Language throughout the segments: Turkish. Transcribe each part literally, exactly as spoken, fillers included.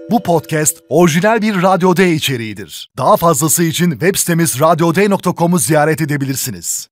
Bu podcast orijinal bir Radyo D içeriğidir. Daha fazlası için web sitemiz radyo d nokta com'u ziyaret edebilirsiniz.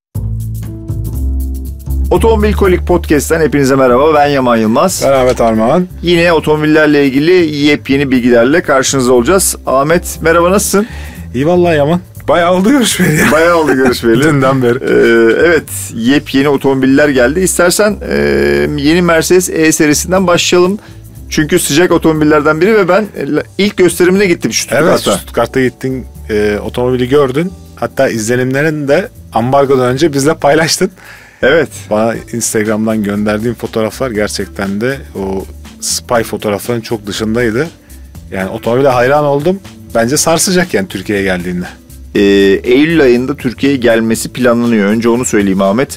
Otomobil Kolik Podcast'ten hepinize merhaba. Ben Yaman Yılmaz. Ben Ahmet Armağan. Yine otomobillerle ilgili yepyeni bilgilerle karşınızda olacağız. Ahmet merhaba, nasılsın? İyi vallahi Yaman. Bayağı oldu görüşmeyeli. Bayağı oldu görüşmeyeli. Dünden beri. Ee, evet, yepyeni otomobiller geldi. İstersen e, yeni Mercedes E serisinden başlayalım. Çünkü sıcak otomobillerden biri ve ben ilk gösterimine gittim Stuttgart'ta. Evet, Stuttgart'ta gittin, e, otomobili gördün. Hatta izlenimlerini de ambargodan önce bizle paylaştın. Evet. Bana Instagram'dan gönderdiğin fotoğraflar gerçekten de o spy fotoğrafların çok dışındaydı. Yani otomobile hayran oldum. Bence sarsacak yani Türkiye'ye geldiğinde. Ee, Eylül ayında Türkiye'ye gelmesi planlanıyor. Önce onu söyleyeyim Ahmet.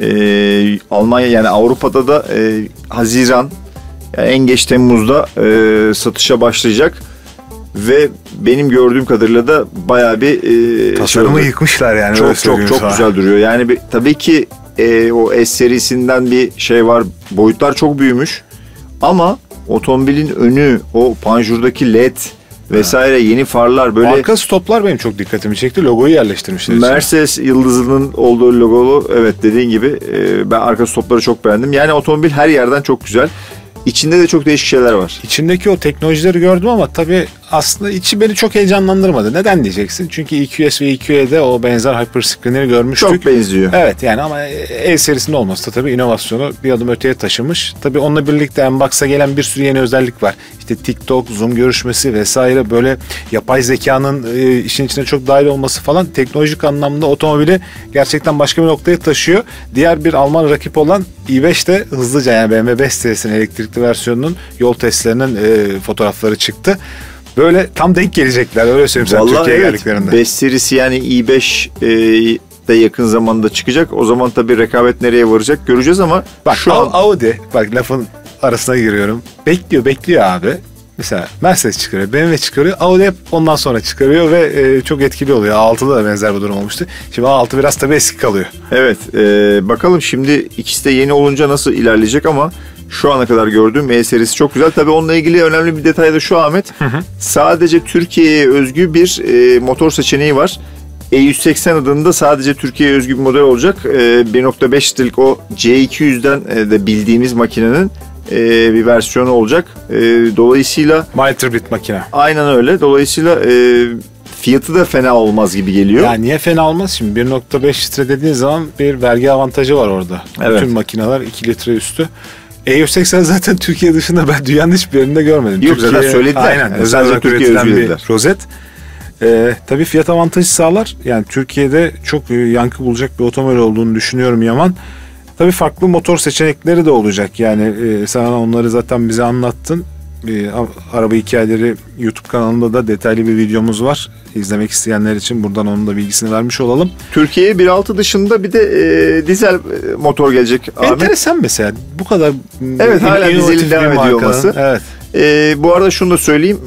Ee, Almanya yani Avrupa'da da e, Haziran yani en geç Temmuz'da e, satışa başlayacak. Ve benim gördüğüm kadarıyla da bayağı bir e, tasarımı şey yıkmışlar yani. Çok çok çok güzel duruyor. Yani bir, tabii ki e, o S serisinden bir şey var. Boyutlar çok büyümüş. Ama otomobilin önü, o panjurdaki led vesaire, yeni farlar, böyle arka stoplar benim çok dikkatimi çekti. Logoyu yerleştirmişler. Mercedes içine. Yıldızının olduğu logolu, evet dediğin gibi e, ben arka stopları çok beğendim. Yani otomobil her yerden çok güzel. İçinde de çok değişik şeyler var. İçindeki o teknolojileri gördüm ama tabii aslında içi beni çok heyecanlandırmadı. Neden diyeceksin? Çünkü E Q S ve E Q E'de o benzer hyperscreenleri görmüştük. Çok benziyor. Evet yani ama E serisinde olması da tabii inovasyonu bir adım öteye taşımış. Tabii onunla birlikte M-Box'a gelen bir sürü yeni özellik var. İşte TikTok, Zoom görüşmesi vesaire, böyle yapay zekanın e, işin içine çok dahil olması falan teknolojik anlamda otomobili gerçekten başka bir noktaya taşıyor. Diğer bir Alman rakip olan i beş de hızlıca, yani B M W beş serisinin elektrikli versiyonunun yol testlerinin e, fotoğrafları çıktı. Böyle tam denk gelecekler, öyle söyleyeyim sana Türkiye'ye evet, geldiklerinde. beş serisi yani i beş e, de yakın zamanda çıkacak. O zaman tabii rekabet nereye varacak göreceğiz ama bak şu an Audi, bak lafın arasına giriyorum. Bekliyor bekliyor abi. Mesela Mercedes çıkarıyor, B M W çıkarıyor, Audi hep ondan sonra çıkarıyor ve e, çok etkili oluyor. A altıda da benzer bir durum olmuştu. Şimdi A altı biraz tabii eski kalıyor. Evet, e, bakalım şimdi ikisi de yeni olunca nasıl ilerleyecek ama şu ana kadar gördüğüm E serisi çok güzel. Tabii onunla ilgili önemli bir detay da şu Ahmet. Hı hı. Sadece Türkiye'ye özgü bir e, motor seçeneği var. E yüz seksen adında sadece Türkiye'ye özgü bir model olacak. E, bir nokta beş litrelik o C iki yüzden e, de bildiğimiz makinenin e, bir versiyonu olacak. E, dolayısıyla Microbit makine. Aynen öyle. Dolayısıyla e, fiyatı da fena olmaz gibi geliyor. Ya niye fena olmaz şimdi? bir nokta beş litre dediğin zaman bir vergi avantajı var orada. Evet. Bütün makineler iki litre üstü. E yüz seksen zaten Türkiye dışında ben dünyanın hiçbir yerinde görmedim. Yok zaten söylediler. Aynen. Yani özellikle Türkiye üretilen bir rozet. Ee, tabii fiyat avantajı sağlar. Yani Türkiye'de çok yankı bulacak bir otomobil olduğunu düşünüyorum Yaman. Tabii farklı motor seçenekleri de olacak. Yani e, sen onları zaten bize anlattın. E, araba hikayeleri YouTube kanalında da detaylı bir videomuz var. İzlemek isteyenler için buradan onun da bilgisini vermiş olalım. Türkiye'ye bir nokta altı dışında bir de e, dizel motor gelecek. Enteresan Ahmet. Mesela bu kadar evet, hala dizelin devam ediyor olması. Evet. E, bu arada şunu da söyleyeyim.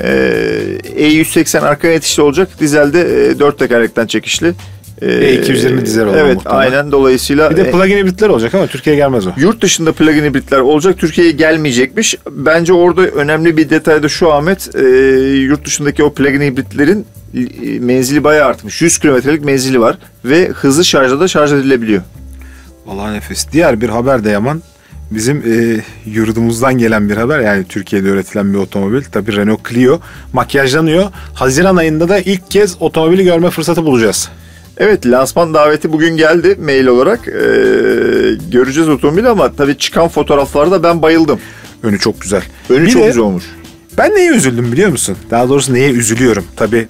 E yüz seksen arka yetişli olacak. Dizelde e, dört tekerlekten çekişli. E iki yüz yirmi dizel olan evet, muhtemelen. Aynen, dolayısıyla. Bir de plug-in hibritler olacak ama Türkiye'ye gelmez o. Yurt dışında plug-in hibritler olacak, Türkiye'ye gelmeyecekmiş. Bence orada önemli bir detay da şu Ahmet. E, yurt dışındaki o plug-in hibritlerin menzili bayağı artmış. yüz kilometrelik menzili var ve hızlı şarjda da şarj edilebiliyor. Vallahi nefis. Diğer bir haber de Yaman. Bizim e, yurdumuzdan gelen bir haber, yani Türkiye'de üretilen bir otomobil. Tabii Renault Clio makyajlanıyor. Haziran ayında da ilk kez otomobili görme fırsatı bulacağız. Evet, lansman daveti bugün geldi mail olarak. Ee, göreceğiz otomobili ama tabii çıkan fotoğraflarda ben bayıldım. Önü çok güzel. Önü bir çok de, güzel olmuş. Ben neye üzüldüm biliyor musun? Daha doğrusu neye üzülüyorum? Tabii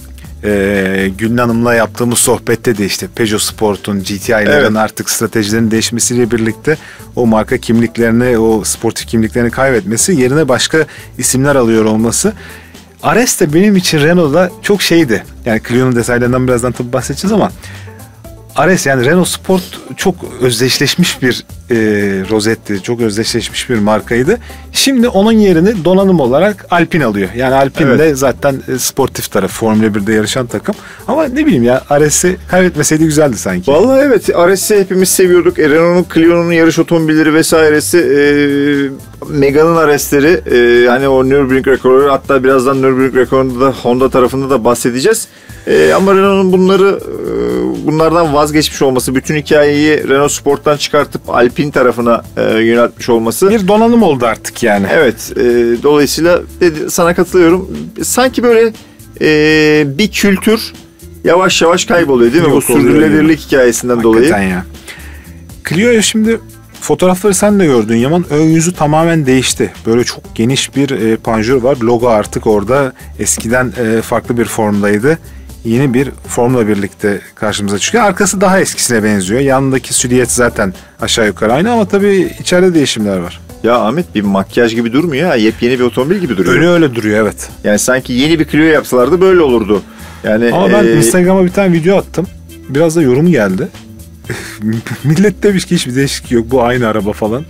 e, Gülün Hanım'la yaptığımız sohbette de işte Peugeot Sport'un, G T I'lerin evet. artık stratejilerinin değişmesiyle birlikte o marka kimliklerini, o sportif kimliklerini kaybetmesi, yerine başka isimler alıyor olması. Ares de benim için Renault'da çok şeydi. Yani Clio'nun detaylarından birazdan tabii bahsedeceğiz ama Ares yani Renault Sport çok özdeşleşmiş bir e, rozetti. Çok özdeşleşmiş bir markaydı. Şimdi onun yerini donanım olarak Alpine alıyor. Yani Alpine evet. de zaten sportif taraf. Formula birde yarışan takım. Ama ne bileyim ya Ares'i kaybetmeseydi güzeldi sanki. Vallahi evet. Ares'i hepimiz seviyorduk. E, Renault'un Clio'nun yarış otomobilleri vesairesi e, Megane'ın Ares'leri e, hani o Nürburgring rekoru, hatta birazdan Nürburgring rekorunda da Honda tarafında da bahsedeceğiz. E, ama Renault'un bunları e, bunlardan vazgeçmiş olması, bütün hikayeyi Renault Sport'tan çıkartıp Alpine tarafına e, yöneltmiş olması. Bir donanım oldu artık yani. Evet. E, dolayısıyla dedi, sana katılıyorum. Sanki böyle e, bir kültür yavaş yavaş kayboluyor değil mi? Yok, bu sürdürülebilirlik hikayesinden hakikaten dolayı. Ya. Clio'ya şimdi fotoğrafları sen de gördün Yaman. Ön yüzü tamamen değişti. Böyle çok geniş bir e, panjur var. Logo artık orada. Eskiden e, farklı bir formdaydı. Yeni bir formla birlikte karşımıza çıkıyor. Arkası daha eskisine benziyor. Yanındaki silüet zaten aşağı yukarı aynı ama tabii içeride değişimler var. Ya Ahmet, bir makyaj gibi durmuyor ha. Yepyeni bir otomobil gibi duruyor. Önü öyle duruyor, evet. Yani sanki yeni bir Clio yapsalardı böyle olurdu. Yani ama ben e... Instagram'a bir tane video attım. Biraz da yorum geldi. Millet demiş ki hiçbir değişiklik yok. Bu aynı araba falan.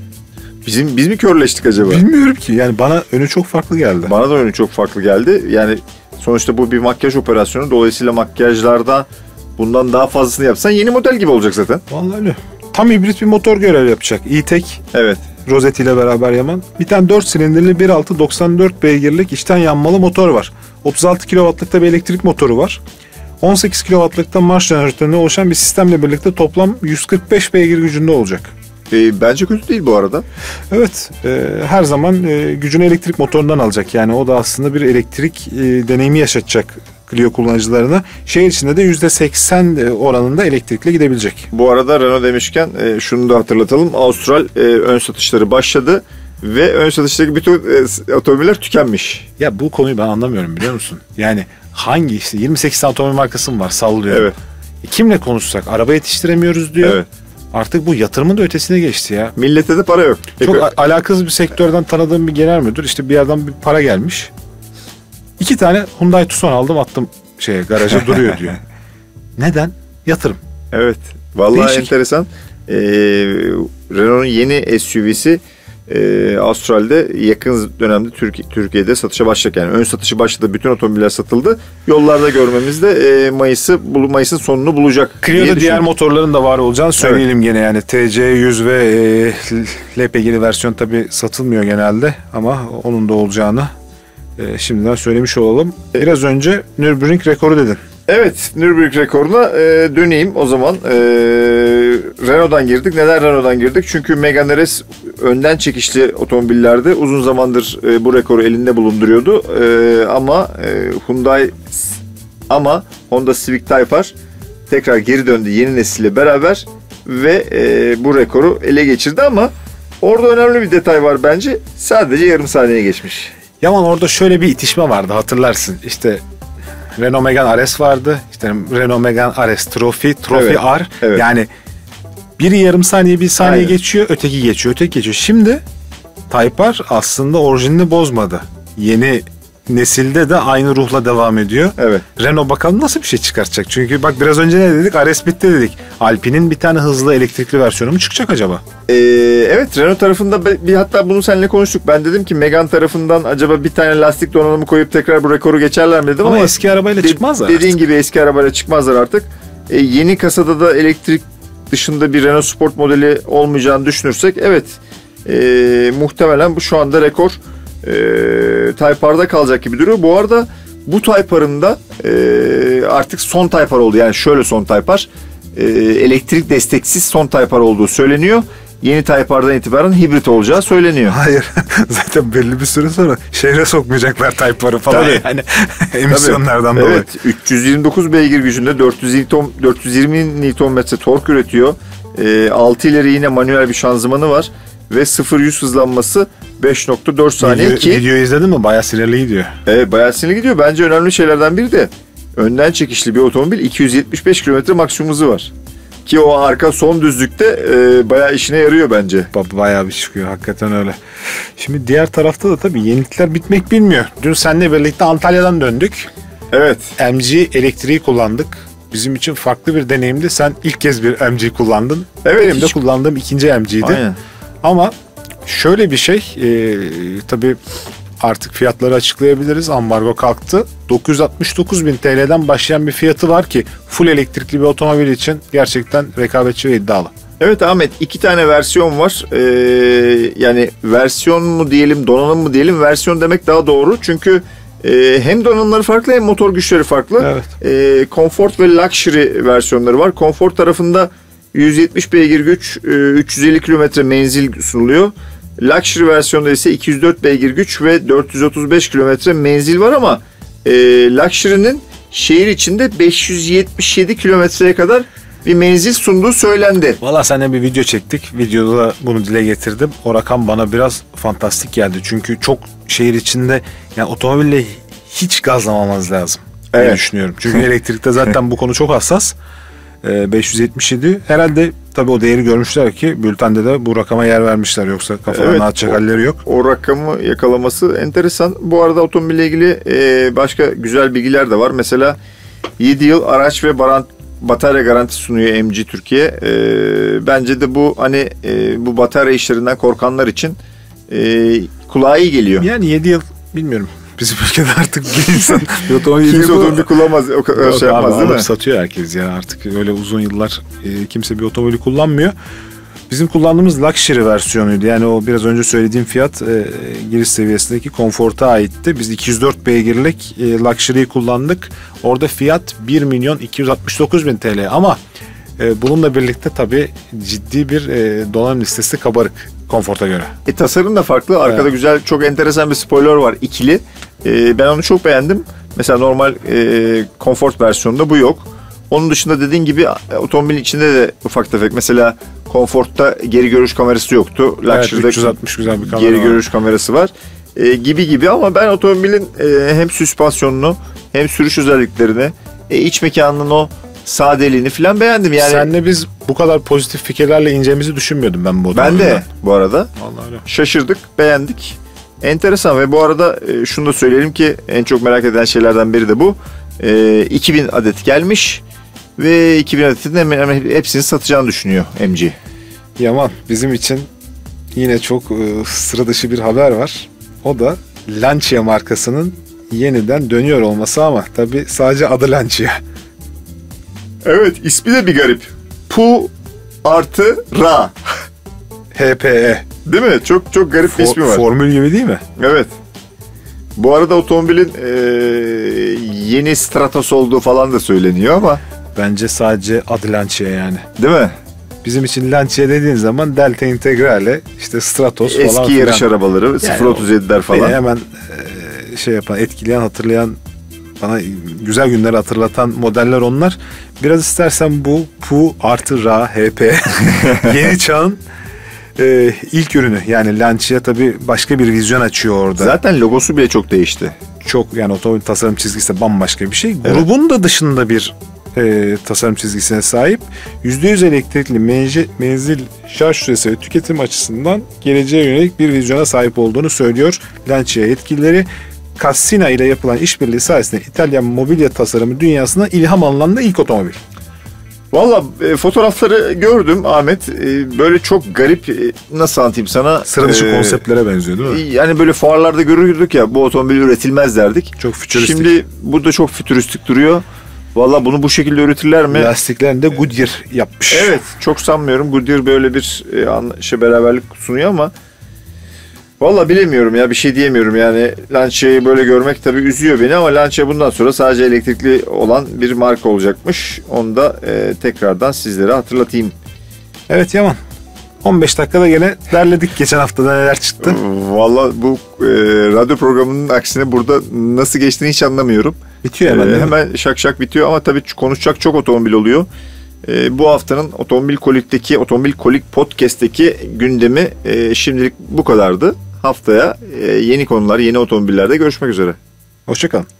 Bizim biz mi körleştik acaba? Bilmiyorum ki. Yani bana önü çok farklı geldi. Bana da önü çok farklı geldi. Yani sonuçta bu bir makyaj operasyonu. Dolayısıyla makyajlarda bundan daha fazlasını yapsan yeni model gibi olacak zaten. Vallahi öyle. Tam hibrit bir motor görev yapacak. E-Tech. Evet. Rozeti ile beraber Yaman. Bir tane dört silindirli bir altı doksan dört beygirlik içten yanmalı motor var. otuz altı kilowattlıkta bir elektrik motoru var. on sekiz kilowattlıkta marş jeneratörüne oluşan bir sistemle birlikte toplam yüz kırk beş beygir gücünde olacak. E, bence kötü değil bu arada. Evet. E, her zaman e, gücünü elektrik motorundan alacak. Yani o da aslında bir elektrik e, deneyimi yaşatacak Clio kullanıcılarına. Şehir içinde de yüzde seksen oranında elektrikle gidebilecek. Bu arada Renault demişken e, şunu da hatırlatalım. Austral e, ön satışları başladı ve ön satıştaki bütün e, otomobiller tükenmiş. Ya bu konuyu ben anlamıyorum, biliyor musun? Yani hangi işte yirmi sekiz tane otomobil markası mı var, sallıyor. Evet. E, kimle konuşsak araba yetiştiremiyoruz diyor. Evet. Artık bu yatırımın da ötesine geçti ya. Millete de para yok. Çok Peki. alakasız bir sektörden tanıdığım bir genel müdür. İşte bir yerden bir para gelmiş. İki tane Hyundai Tucson aldım, attım şeye, garaja duruyor diyor. Neden? Yatırım. Evet. Vallahi Değişik. enteresan. Ee, Renault'un yeni S U V'si e, Avustralya'da yakın dönemde Türkiye, Türkiye'de satışa başlayacak. Yani ön satışı başladı. Bütün otomobiller satıldı. Yollarda görmemiz de e, Mayıs'ı Mayıs'ın sonunu bulacak. Clio'da diğer motorların da var olacağını söyleyelim evet. Gene yani. T C yüz ve e, L P G'li versiyon tabii satılmıyor genelde ama onun da olacağını e, şimdiden söylemiş olalım. Biraz önce Nürburgring rekoru dedin. Evet, Nürburgring rekoruna e, döneyim o zaman. E, Renault'dan girdik. Neden Renault'dan girdik? Çünkü Megane R S önden çekişli otomobillerde uzun zamandır e, bu rekoru elinde bulunduruyordu. E, ama e, Hyundai ama Honda Civic Type-R tekrar geri döndü yeni nesille beraber ve e, bu rekoru ele geçirdi ama orada önemli bir detay var bence. Sadece yarım saniye geçmiş. Yaman, orada şöyle bir itişme vardı, hatırlarsın. İşte Renault Megane R S vardı. İşte Renault Megane R S Trophy, Trophy evet, R. Evet. Yani biri yarım saniye, bir saniye Aynen. geçiyor, öteki geçiyor, öteki geçiyor. Şimdi Type R aslında orijinini bozmadı. Yeni nesilde de aynı ruhla devam ediyor. Evet. Renault bakalım nasıl bir şey çıkartacak? Çünkü bak biraz önce ne dedik? R S bitti dedik. Alpine'in bir tane hızlı elektrikli versiyonu mu çıkacak acaba? Ee, evet, Renault tarafında bir, hatta bunu seninle konuştuk. Ben dedim ki Megane tarafından acaba bir tane lastik donanımı koyup tekrar bu rekoru geçerler mi dedim ama, ama eski arabayla de, çıkmazlar. Dediğin artık. gibi eski arabayla çıkmazlar artık. Ee, yeni kasada da elektrik dışında bir Renault Sport modeli olmayacağını düşünürsek evet e, muhtemelen bu şu anda rekor e, Type R'da kalacak gibi duruyor. Bu arada bu Type R'ın da e, artık son Type R oldu. Yani şöyle son Type R e, elektrik desteksiz son Type R olduğu söyleniyor. Yeni Type R'dan itibaren hibrit olacağı söyleniyor. Hayır. Zaten belli bir süre sonra şehre sokmayacaklar Type R'ı falan. Tabii. Yani emisyonlardan dolayı. Evet. üç yüz yirmi dokuz beygir gücünde dört yüz yirmi Newton metre tork üretiyor. E, altı ileri yine manuel bir şanzımanı var. Ve sıfır yüz hızlanması beş nokta dört saniye video, ki... Videoyu izledin mi? Bayağı sinirli gidiyor. Evet, bayağı sinirli gidiyor. Bence önemli şeylerden biri de önden çekişli bir otomobil, iki yüz yetmiş beş kilometre maksimum hızı var. Ki o arka son düzlükte e, bayağı işine yarıyor bence. Bayağı bir çıkıyor, hakikaten öyle. Şimdi diğer tarafta da tabii yenilikler bitmek bilmiyor. Dün seninle birlikte Antalya'dan döndük. Evet. M G elektriği kullandık. bizim için farklı bir deneyimdi. Sen ilk kez bir M G kullandın. Evet, Benim de hiç... kullandığım ikinci M G'ydi. Aynen. Ama şöyle bir şey, e, tabii artık fiyatları açıklayabiliriz. Ambargo kalktı. dokuz yüz altmış dokuz bin T L'den başlayan bir fiyatı var ki full elektrikli bir otomobil için gerçekten rekabetçi ve iddialı. Evet Ahmet, iki tane versiyon var. Ee, yani versiyon mu diyelim, donanım mı diyelim, versiyon demek daha doğru. Çünkü e, hem donanımları farklı hem motor güçleri farklı. Evet. E, Comfort ve Luxury versiyonları var. Comfort tarafında yüz yetmiş beygir güç, üç yüz elli kilometre menzil sunuluyor. Luxury versiyonda ise iki yüz dört beygir güç ve dört yüz otuz beş kilometre menzil var ama e, Luxury'nin şehir içinde beş yüz yetmiş yedi kilometreye kadar bir menzil sunduğu söylendi. Valla seninle bir video çektik. Videoda da bunu dile getirdim. O rakam bana biraz fantastik geldi. Çünkü çok şehir içinde, yani otomobille hiç gazlamamamız lazım diye Evet. düşünüyorum. Çünkü elektrikte zaten bu konu çok hassas. beş yüz yetmiş yedi. Herhalde tabii o değeri görmüşler ki bültende de bu rakama yer vermişler. Yoksa kafalarına Evet, atacak o, halleri yok. O rakamı yakalaması enteresan. Bu arada otomobille ilgili e, başka güzel bilgiler de var. Mesela yedi yıl araç ve barant, batarya garanti sunuyor M G Türkiye. E, bence de bu hani e, bu batarya işlerinden korkanlar için e, kulağa iyi geliyor. Yani yedi yıl bilmiyorum. Bizim ülkede artık bir insan bir otomobil Kimse bu- otomobil kullanmaz, o kadar Yok şey abi, yapmaz değil alıp mi? satıyor herkes ya artık öyle uzun yıllar e, kimse bir otomobili kullanmıyor. Bizim kullandığımız Luxury versiyonuydu. Yani o biraz önce söylediğim fiyat e, giriş seviyesindeki Comfort'a aitti. Biz iki yüz dört beygirlik e, Luxury'yi kullandık. Orada fiyat bir milyon iki yüz altmış dokuz bin T L ama e, bununla birlikte tabii ciddi bir e, donanım listesi kabarık Comfort'a göre. E, tasarım da farklı. Arkada Evet. güzel, çok enteresan bir spoiler var, ikili. E, ben onu çok beğendim. Mesela normal e, Comfort versiyonunda bu yok. Onun dışında dediğin gibi otomobilin içinde de ufak tefek. Mesela Comfort'ta geri görüş kamerası yoktu. Evet, Luxury'de üç yüz altmış güzel bir kamera geri var. görüş kamerası var. E, gibi gibi ama ben otomobilin e, hem süspansiyonunu hem sürüş özelliklerini, e, iç mekanının o sadeliğini falan beğendim. Yani Senle biz bu kadar pozitif fikirlerle ineceğimizi düşünmüyordum ben bu ben otomobilden. de bu arada Vallahi öyle. şaşırdık, beğendik. Enteresan ve bu arada e, şunu da söyleyelim ki en çok merak edilen şeylerden biri de bu. E, iki bin adet gelmiş ve iki bin adetin hemen hemen hepsini satacağını düşünüyor M G. Yaman, bizim için yine çok e, sıra dışı bir haber var. O da Lancia markasının yeniden dönüyor olması ama tabii sadece adı Lancia. Evet, ismi de bir garip. Pu artı Ra. H P E. Değil mi? Çok çok garip bir For- ismi var. Formül gibi değil mi? Evet. Bu arada otomobilin e, yeni Stratos olduğu falan da söyleniyor ama Bence sadece adı Lancia yani. değil mi? Bizim için Lancia dediğin zaman Delta Integrale, işte Stratos falan Eski filan. yarış arabaları, sıfır otuz yediler falan. Beni hemen e, şey yapan, etkileyen, hatırlayan, bana güzel günleri hatırlatan modeller onlar. Biraz istersen bu Pu artı Ra H P yeni çağın e, ilk ürünü. Yani Lancia tabii başka bir vizyon açıyor orada. Zaten logosu bile çok değişti. Çok, yani otomobil tasarım çizgisi de bambaşka bir şey. Grubun da dışında bir e, tasarım çizgisine sahip. yüzde yüz elektrikli menzil, menzil, şarj süresi ve tüketim açısından geleceğe yönelik bir vizyona sahip olduğunu söylüyor Lancia yetkilileri. Cassina ile yapılan işbirliği sayesinde İtalyan mobilya tasarımı dünyasına ilham alınan da ilk otomobil. Valla e, fotoğrafları gördüm Ahmet. E, böyle çok garip, e, nasıl anlatayım sana? Sıra dışı E, konseptlere benziyor değil mi? Yani böyle fuarlarda görürdük ya, bu otomobil üretilmez derdik. Çok fütüristik. Şimdi bu da çok fütüristik duruyor. Valla bunu bu şekilde üretirler mi? Lastiklerini de Goodyear yapmış. Evet, çok sanmıyorum. Goodyear böyle bir e, an, şey, beraberlik sunuyor ama valla bilemiyorum ya, bir şey diyemiyorum yani. Lancia'yı böyle görmek tabii üzüyor beni ama Lancia bundan sonra sadece elektrikli olan bir marka olacakmış. Onu da e, tekrardan sizlere hatırlatayım. Evet Yaman. on beş dakikada gene derledik geçen haftada neler çıktı. Valla bu e, radyo programının aksine burada nasıl geçtiğini hiç anlamıyorum. Bitiyor hemen. E, değil mi? hemen şak şak bitiyor ama tabii konuşacak çok otomobil oluyor. E, bu haftanın Otomobil Kolik'teki, Otomobil Kolik Podcast'teki gündemi e, şimdilik bu kadardı. Haftaya e, yeni konular, yeni otomobillerde görüşmek üzere. Hoşça kalın.